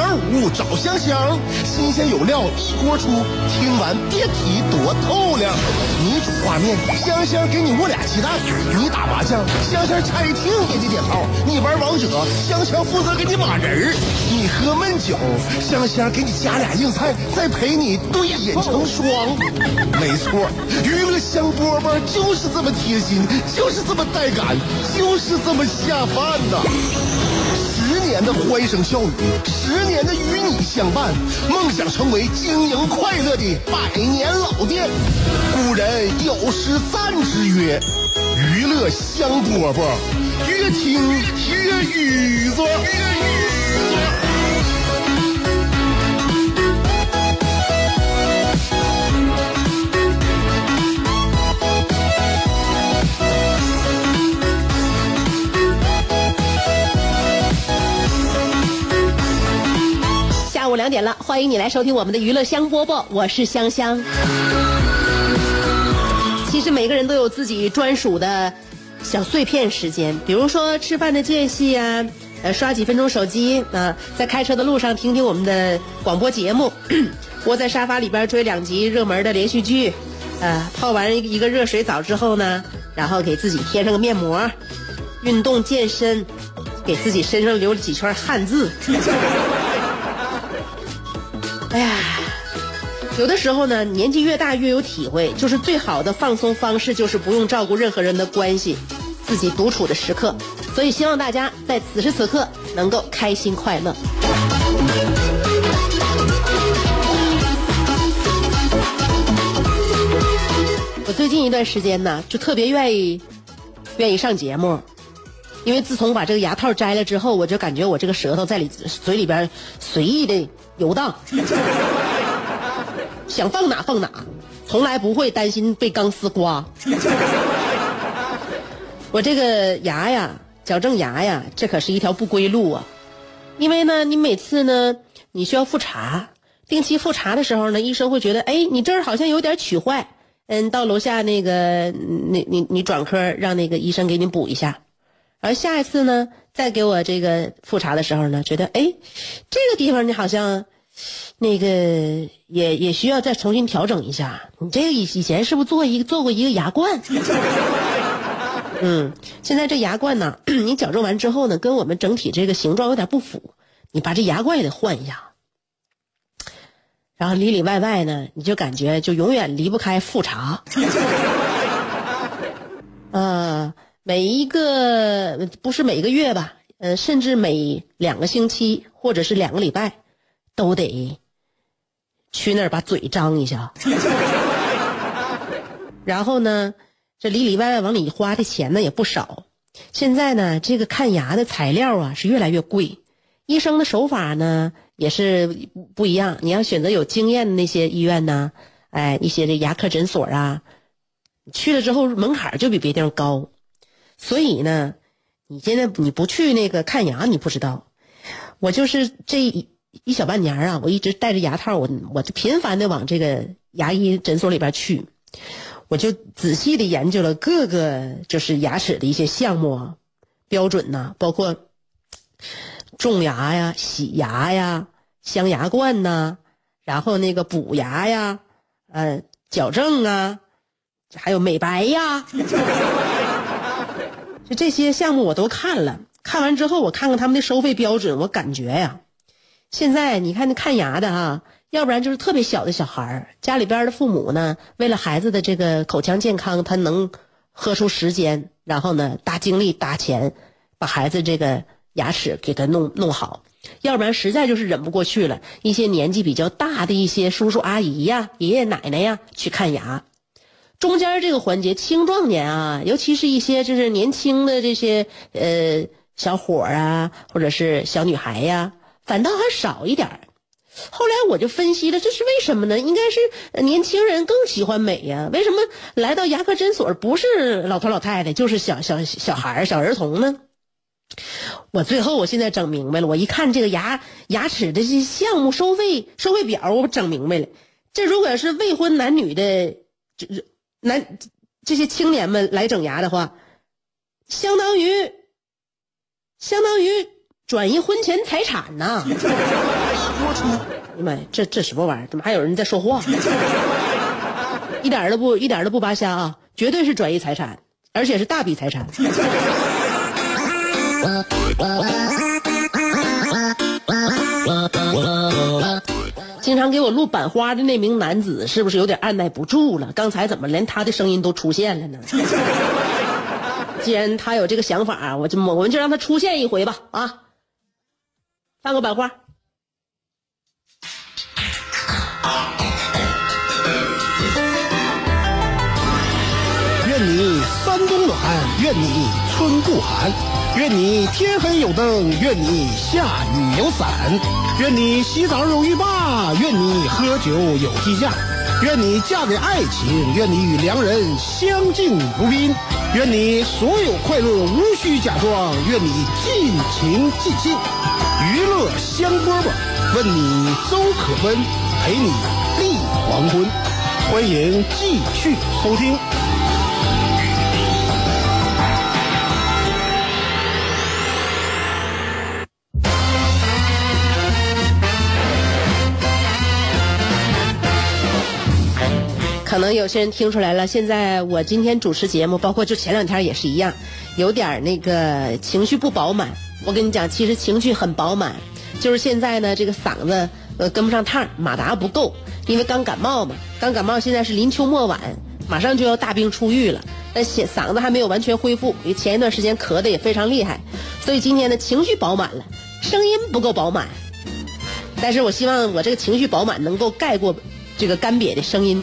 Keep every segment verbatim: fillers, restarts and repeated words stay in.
二五找香香，新鲜有料一锅出，听完别提多透亮。你煮画面，香香给你握俩鸡蛋；你打麻将，香香拆听给你点炮；你玩王者，香香负责给你码人儿；你喝闷酒，香香给你加俩硬菜，再陪你对饮成双。没错，娱乐香饽饽就是这么贴心，就是这么带感，就是这么下饭呐。十年的欢声笑语，十年的与你相伴，梦想成为经营快乐的百年老店。古人有诗赞之曰：娱乐香饽饽，越听越雨子。 下午两点了，欢迎你来收听我们的娱乐香饽饽，我是香香。其实每个人都有自己专属的小碎片时间，比如说吃饭的间隙啊，呃，刷几分钟手机啊，在开车的路上听听我们的广播节目，窝在沙发里边追两集热门的连续剧，呃，泡完一个热水澡之后呢，然后给自己贴上个面膜，运动健身，给自己身上留几圈汗渍。哎呀，有的时候呢，年纪越大越有体会，就是最好的放松方式就是不用照顾任何人的关系，自己独处的时刻。所以希望大家在此时此刻能够开心快乐。我最近一段时间呢，就特别愿意愿意上节目，因为自从把这个牙套摘了之后，我就感觉我这个舌头在里嘴里边随意的游荡，想放哪放哪，从来不会担心被钢丝刮。我这个牙呀，矫正牙呀，这可是一条不归路啊！因为呢，你每次呢，你需要复查，定期复查的时候呢，医生会觉得，哎，你这儿好像有点龋坏，嗯，到楼下那个，你你你转科，让那个医生给你补一下。而下一次呢，再给我这个复查的时候呢，觉得哎，这个地方你好像那个也也需要再重新调整一下。你这个以以前是不是做一个做过一个牙冠？嗯，现在这牙冠呢，你矫正完之后呢，跟我们整体这个形状有点不符，你把这牙冠也得换一下。然后里里外外呢，你就感觉就永远离不开复查。呃。每一个不是每个月吧，呃，甚至每两个星期或者是两个礼拜，都得去那儿把嘴张一下。然后呢，这里里外外往里花的钱呢也不少。现在呢，这个看牙的材料啊是越来越贵，医生的手法呢也是不一样。你要选择有经验的那些医院呢，哎，一些这牙科诊所啊，去了之后门槛就比别地方高。所以呢，你现在你不去那个看牙，你不知道。我就是这一一小半年啊，我一直戴着牙套，我我就频繁的往这个牙医诊所里边去，我就仔细的研究了各个就是牙齿的一些项目啊、标准呐、啊，包括种牙呀、洗牙呀、镶牙冠呐、啊，然后那个补牙呀、呃矫正啊，还有美白呀。就这些项目我都看了，看完之后我看看他们的收费标准，我感觉呀，现在你看那看牙的哈，要不然就是特别小的小孩，家里边的父母呢，为了孩子的这个口腔健康，他能喝出时间，然后呢大精力大钱，把孩子这个牙齿给他弄弄好。要不然实在就是忍不过去了，一些年纪比较大的一些叔叔阿姨呀、爷爷奶奶呀去看牙。中间这个环节，青壮年啊，尤其是一些就是年轻的这些呃小伙啊，或者是小女孩呀，反倒还少一点。后来我就分析了，这是为什么呢？应该是年轻人更喜欢美呀，为什么来到牙科诊所不是老头老太太，就是小小小孩小儿童呢？我最后我现在整明白了，我一看这个牙牙齿的这些项目收费收费表，我整明白了。这如果是未婚男女的这男这些青年们来整牙的话，相当于相当于转移婚前财产呐！一锅出，哎呀妈呀，这这什么玩意儿？怎么还有人在说话？一点都不一点都不扒瞎啊！绝对是转移财产，而且是大笔财产。经常给我录版花的那名男子是不是有点按耐不住了？刚才怎么连他的声音都出现了呢？既然他有这个想法，我就我们就让他出现一回吧啊！放个版花。 愿你山冬暖，愿你春不寒，愿你天黑有灯，愿你下雨有伞，愿你洗澡有浴霸，愿你喝酒有鸡架，愿你嫁给爱情，愿你与良人相敬如宾，愿你所有快乐无需假装，愿你尽情尽兴，娱乐香饽饽，问你粥可温，陪你立黄昏。欢迎继续收听。 可能有些人听出来了，现在我今天主持节目，包括就前两天也是一样，有点那个情绪不饱满。我跟你讲，其实情绪很饱满，就是现在呢，这个嗓子呃跟不上趟，马达不够，因为刚感冒嘛，刚感冒，现在是临秋末晚，马上就要大病初愈了，但嗓子还没有完全恢复，因为前一段时间咳的也非常厉害，所以今天呢情绪饱满了，声音不够饱满，但是我希望我这个情绪饱满能够盖过这个干瘪的声音。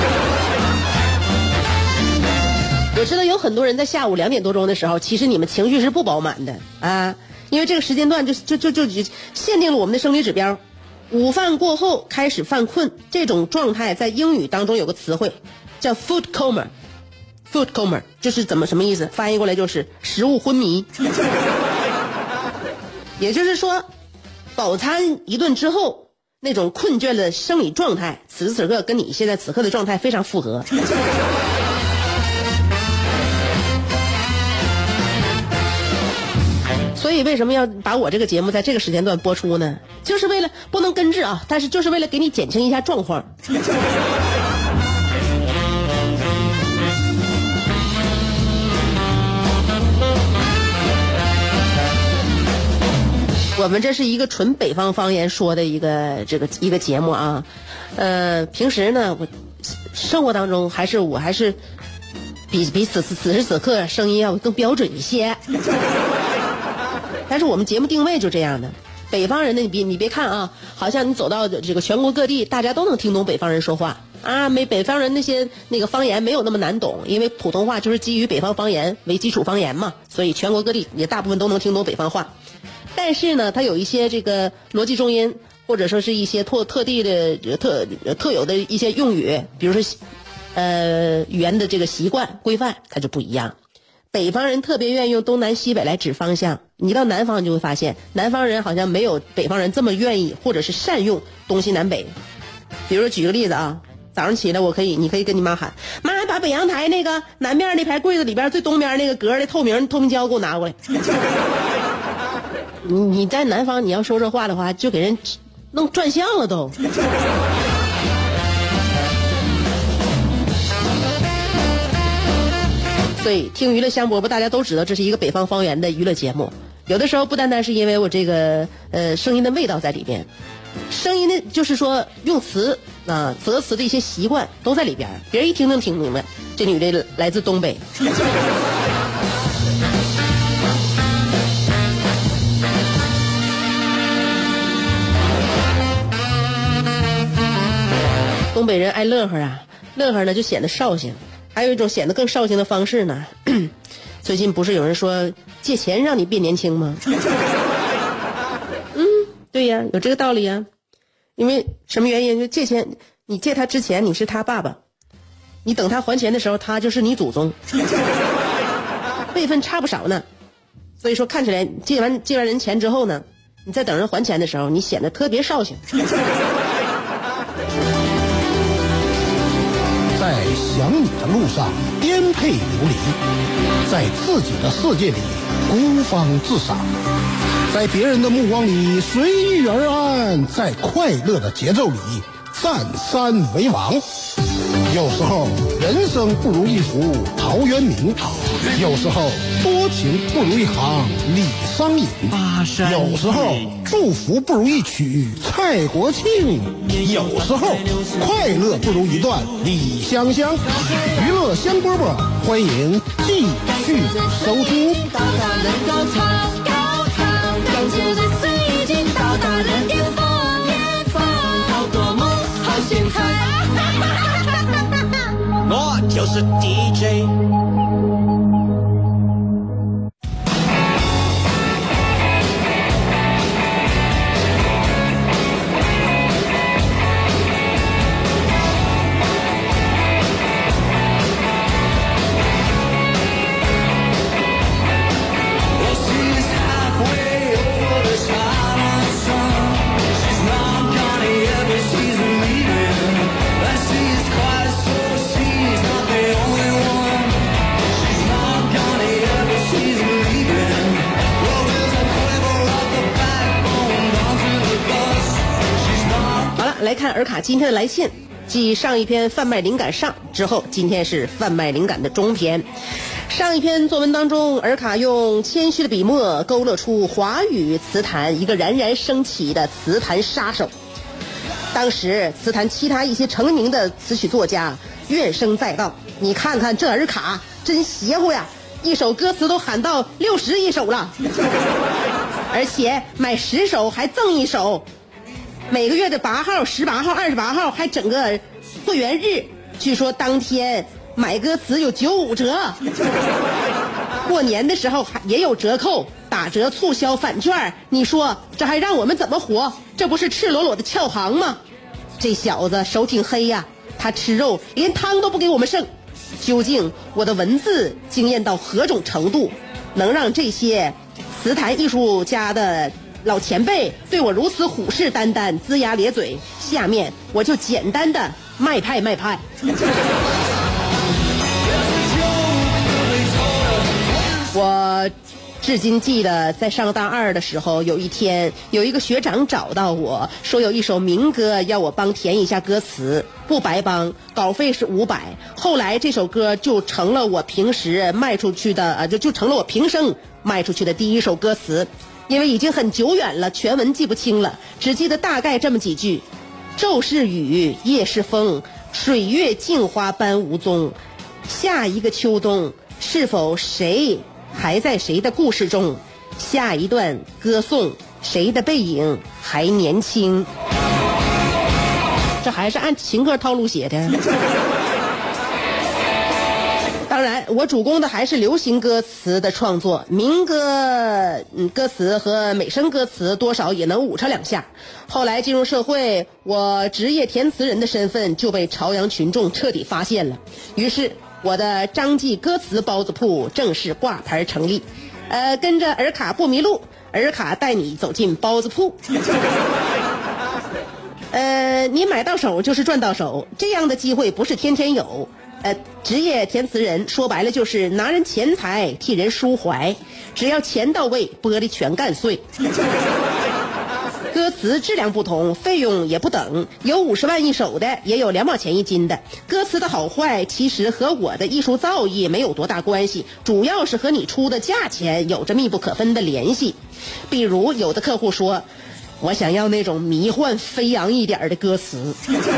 我知道有很多人在下午两点多钟的时候，其实你们情绪是不饱满的啊，因为这个时间段就就就就限定了我们的生理指标。午饭过后开始犯困，这种状态在英语当中有个词汇叫 food coma。food coma 就是怎么什么意思？翻译过来就是食物昏迷。也就是说，饱餐一顿之后，那种困倦的生理状态，此时此刻跟你现在此刻的状态非常符合。所以为什么要把我这个节目在这个时间段播出呢？就是为了不能根治啊，但是就是为了给你减轻一下状况。我们这是一个纯北方方言说的一个这个一个节目啊，呃，平时呢，我生活当中还是我还是比比此此此时此刻声音要更标准一些。但是我们节目定位就这样的，北方人呢，你别你别看啊，好像你走到这个全国各地，大家都能听懂北方人说话啊。没北方人那些那个方言没有那么难懂，因为普通话就是基于北方方言为基础方言嘛，所以全国各地也大部分都能听懂北方话。但是呢，它有一些这个逻辑重音，或者说是一些特特地的特特有的一些用语，比如说呃语言的这个习惯规范，它就不一样。北方人特别愿意用东南西北来指方向，你到南方你就会发现，南方人好像没有北方人这么愿意或者是善用东西南北。比如说举个例子啊，早上起来我可以，你可以跟你妈喊，妈把北阳台那个南面那排柜子里边最东边那个格的透明透明胶给我拿过来。你你在南方你要说这话的话，就给人弄转向了都。所以听娱乐香饽饽，大家都知道这是一个北方方言的娱乐节目。有的时候不单单是因为我这个呃声音的味道在里边，声音的就是说用词啊择词的一些习惯都在里边，别人一听能听明白，这女的来自东北。东北人爱乐呵啊，乐呵呢就显得绍兴。还有一种显得更绍兴的方式呢，最近不是有人说借钱让你变年轻吗？嗯，对呀，有这个道理呀。因为什么原因？就借钱，你借他之前你是他爸爸，你等他还钱的时候他就是你祖宗，辈分差不少呢。所以说看起来借完借完人钱之后呢，你在等人还钱的时候，你显得特别绍兴。 在想你的路上颠沛流离，在自己的世界里孤芳自赏。 在别人的目光里随遇而安，在快乐的节奏里占山为王。有时候人生不如一幅陶渊明，有时候多情不如一行李商隐，有时候祝福不如一曲蔡国庆，有时候快乐不如一段李香香。娱乐香饽饽，欢迎继续收听。 到达了高潮，高潮，感觉随时已经到达了巅峰，巅峰，好多梦，好精彩。 我就是 D J。 来看尔卡今天的来信，继上一篇贩卖灵感上之后，今天是贩卖灵感的中篇。上一篇作文当中，尔卡用谦虚的笔墨勾勒出华语词坛一个冉冉升起的词坛杀手。当时词坛其他一些成名的词曲作家怨声载道，你看看这尔卡真邪乎呀，一首歌词都喊到六十一首了，而且买十首还赠一首，每个月的八号、十八号、二十八号还整个会员日，据说当天买歌词有九五折，过年的时候还也有折扣、打折、促销、返券，你说这还让我们怎么活？这不是赤裸裸的俏行吗？这小子手挺黑呀，他吃肉连汤都不给我们剩。究竟我的文字惊艳到何种程度，能让这些词坛艺术家的老前辈对我如此虎视眈眈、龇牙咧嘴？下面我就简单的卖派卖派。我至今记得，在上大二的时候，有一天有一个学长找到我说有一首民歌要我帮填一下歌词，不白帮，稿费是五百。后来这首歌就成了我平时卖出去的，呃，就就成了我平生卖出去的第一首歌词。因为已经很久远了，全文记不清了，只记得大概这么几句：昼是雨，夜是风，水月镜花般无踪。下一个秋冬，是否谁还在谁的故事中？下一段歌颂谁的背影还年轻？这还是按情歌套路写的。当然，我主攻的还是流行歌词的创作，民歌嗯歌词和美声歌词多少也能舞上两下。后来进入社会，我职业填词人的身份就被朝阳群众彻底发现了，于是我的张记歌词包子铺正式挂牌成立。呃，跟着尔卡不迷路，尔卡带你走进包子铺。呃，你买到手就是赚到手，这样的机会不是天天有。呃，职业填词人说白了就是拿人钱财替人抒怀，只要钱到位，玻璃全干碎。歌词质量不同，费用也不等，有五十万一首的，也有两毛钱一斤的。歌词的好坏其实和我的艺术造诣没有多大关系，主要是和你出的价钱有着密不可分的联系。比如有的客户说，我想要那种迷幻飞扬一点的歌词。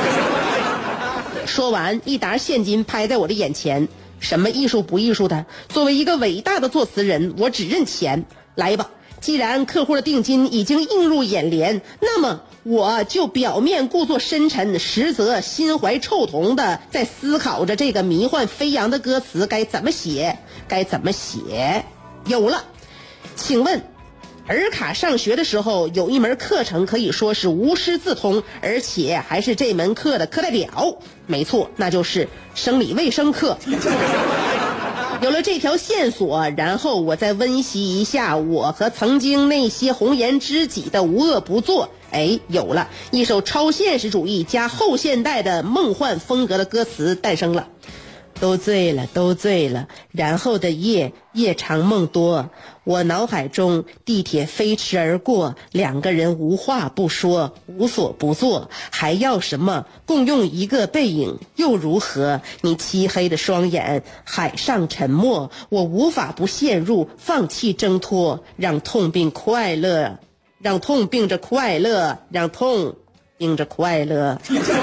说完，一沓现金拍在我的眼前，什么艺术不艺术的，作为一个伟大的作词人，我只认钱。来吧，既然客户的定金已经映入眼帘，那么我就表面故作深沉，实则心怀臭铜的在思考着这个迷幻飞扬的歌词该怎么写，该怎么写。有了，请问尔卡上学的时候有一门课程可以说是无师自通，而且还是这门课的课代表。没错，那就是生理卫生课。有了这条线索，然后我再温习一下我和曾经那些红颜知己的无恶不作，哎，有了一首超现实主义加后现代的梦幻风格的歌词诞生了。 都醉了，都醉了。然后的夜，夜长梦多。我脑海中地铁飞驰而过，两个人无话不说，无所不做，还要什么？共用一个背影又如何？你漆黑的双眼，海上沉默，我无法不陷入，放弃挣脱，让痛并快乐，让痛并着快乐，让痛并着快乐。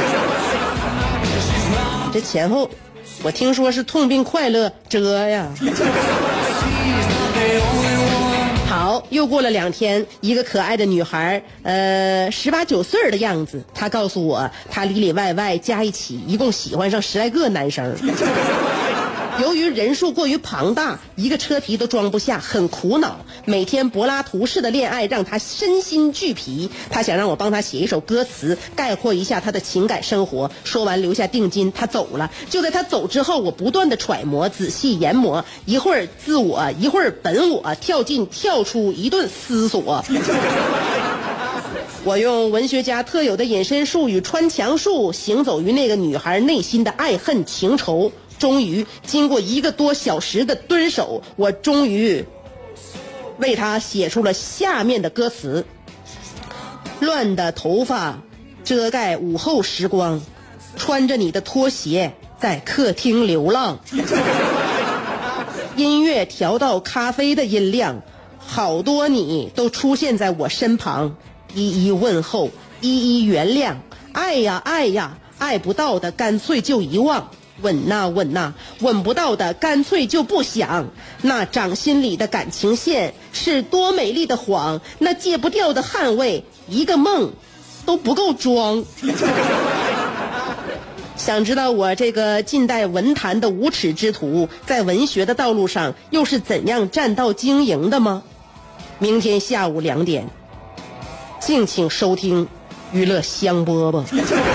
这前后我听说是痛并快乐折呀。好，又过了两天，一个可爱的女孩，呃，十八九岁的样子，她告诉我，她里里外外加一起，一共喜欢上十来个男生。由于人数过于庞大，一个车皮都装不下，很苦恼。每天柏拉图式的恋爱让他身心俱疲，他想让我帮他写一首歌词，概括一下他的情感生活。说完留下定金，他走了。就在他走之后，我不断的揣摩，仔细研磨，一会儿自我，一会儿本我，跳进跳出，一顿思索。我用文学家特有的隐身术与穿墙术，行走于那个女孩内心的爱恨情仇。终于经过一个多小时的蹲守，我终于为他写出了下面的歌词：乱的头发遮盖午后时光，穿着你的拖鞋在客厅流浪，音乐调到咖啡的音量，好多你都出现在我身旁，一一问候，一一原谅，爱呀爱呀，爱不到的干脆就遗忘，吻呐吻呐，吻不到的干脆就不想。那掌心里的感情线是多美丽的谎，那戒不掉的捍卫，一个梦都不够装。想知道我这个近代文坛的无耻之徒在文学的道路上又是怎样占道经营的吗？明天下午两点敬请收听娱乐香饽饽。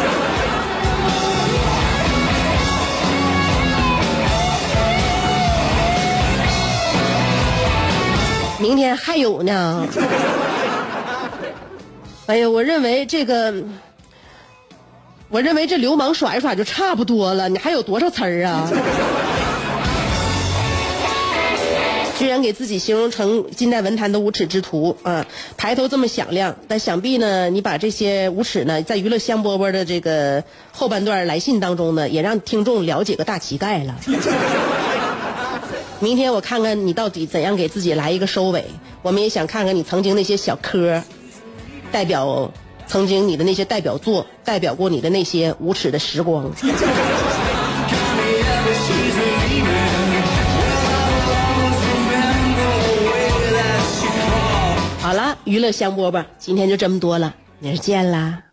明天还有呢。哎呀，我认为这个我认为这流氓耍一耍就差不多了，你还有多少词儿啊？居然给自己形容成近代文坛的无耻之徒啊！抬头这么响亮，但想必呢，你把这些无耻呢，在娱乐香饽饽的这个后半段来信当中呢，也让听众了解个大乞丐了。明天我看看你到底怎样给自己来一个收尾，我们也想看看你曾经那些小科，代表曾经你的那些代表作，代表过你的那些无耻的时光。好了，娱乐香饽饽今天就这么多了，明儿见啦。